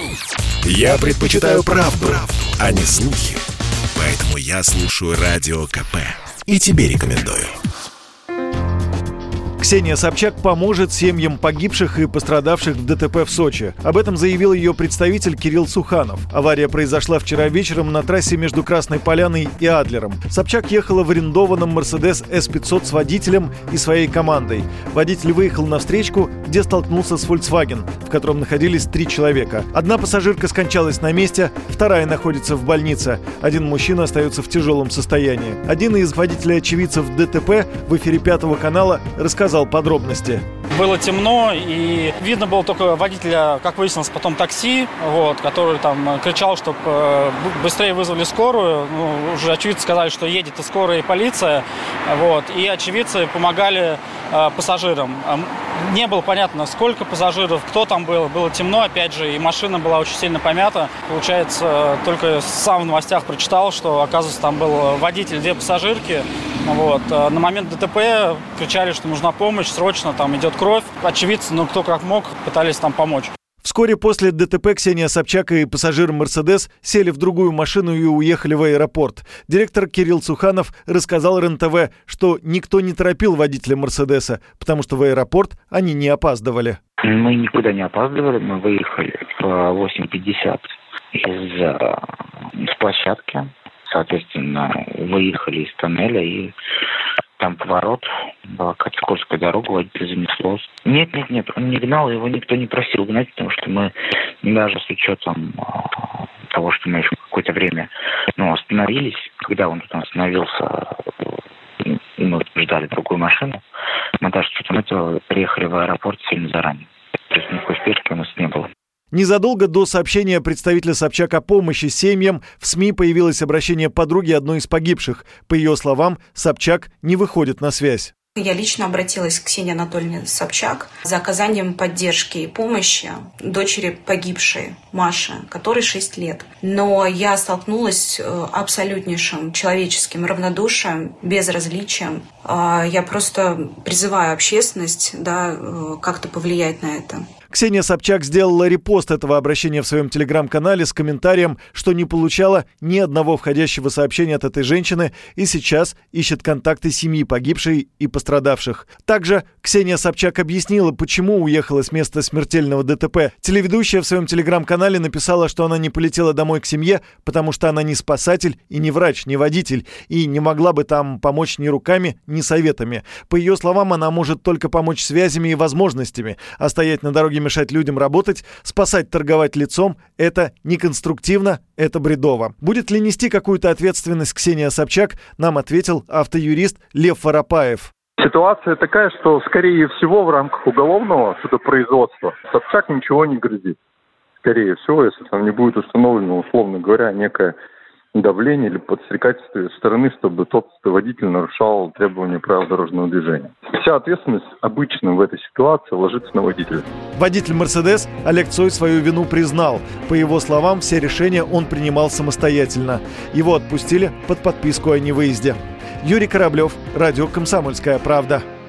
Я предпочитаю правду, а не слухи. Поэтому я слушаю Радио КП. И тебе рекомендую. Ксения Собчак поможет семьям погибших и пострадавших в ДТП в Сочи. Об этом заявил ее представитель Кирилл Суханов. Авария произошла вчера вечером на трассе между Красной Поляной и Адлером. Собчак ехала в арендованном Mercedes S500 с водителем и своей командой. Водитель выехал на встречку, где столкнулся с Volkswagen, в котором находились 3 человека. Одна пассажирка скончалась на месте, вторая находится в больнице. Один мужчина остается в тяжелом состоянии. Один из водителей-очевидцев ДТП в эфире 5 канала рассказал подробности. Было темно, и видно было только водителя, как выяснилось, потом такси, который там кричал, чтобы быстрее вызвали скорую. Уже очевидцы сказали, что едет и скорая, и полиция. И очевидцы помогали пассажирам. Не было понятно, сколько пассажиров, кто там был. Было темно, опять же, и машина была очень сильно помята. Получается, только сам в новостях прочитал, что, оказывается, там был водитель, 2 пассажирки. На момент ДТП кричали, что нужна помощь, срочно, там идет кровь. Очевидцы, кто как мог, пытались там помочь. Вскоре после ДТП Ксения Собчак и пассажир «Мерседес» сели в другую машину и уехали в аэропорт. Директор Кирилл Суханов рассказал РЕН-ТВ, что никто не торопил водителя «Мерседеса», потому что в аэропорт они не опаздывали. Мы никуда не опаздывали, мы выехали в 8:50 из площадки. Соответственно, выехали из тоннеля, и там поворот, была какая-то скользкая дорога, водитель занесло. Нет, он не гнал, его никто не просил гнать, потому что мы даже с учетом того, что мы еще какое-то время остановились, когда он там остановился, и мы ждали другую машину, мы даже с учетом этого приехали в аэропорт сильно заранее. То есть никакой спешки у нас не было. Незадолго до сообщения представителя Собчак о помощи семьям в СМИ появилось обращение подруги одной из погибших. По ее словам, Собчак не выходит на связь. Я лично обратилась к Ксении Анатольевне Собчак за оказанием поддержки и помощи дочери погибшей Маши, которой 6 лет. Но я столкнулась с абсолютнейшим человеческим равнодушием, безразличием. Я просто призываю общественность как-то повлиять на это. Ксения Собчак сделала репост этого обращения в своем телеграм-канале с комментарием, что не получала ни одного входящего сообщения от этой женщины и сейчас ищет контакты семьи погибшей и пострадавших. Также Ксения Собчак объяснила, почему уехала с места смертельного ДТП. Телеведущая в своем телеграм-канале написала, что она не полетела домой к семье, потому что она не спасатель и не врач, не водитель, и не могла бы там помочь ни руками, ни советами. По ее словам, она может только помочь связями и возможностями, а стоять на дороге мешать людям работать, спасать, торговать лицом – это неконструктивно, это бредово. Будет ли нести какую-то ответственность Ксения Собчак, нам ответил автоюрист Лев Воропаев. Ситуация такая, что, скорее всего, в рамках уголовного судопроизводства Собчак ничего не грозит. Скорее всего, если там не будет установлено, условно говоря, некое давление или подстрекательство со стороны, чтобы тот водитель нарушал требования правил дорожного движения. Вся ответственность обычно в этой ситуации ложится на водителя. Водитель «Мерседес» Олег Цой свою вину признал. По его словам, все решения он принимал самостоятельно. Его отпустили под подписку о невыезде. Юрий Кораблев, радио «Комсомольская правда».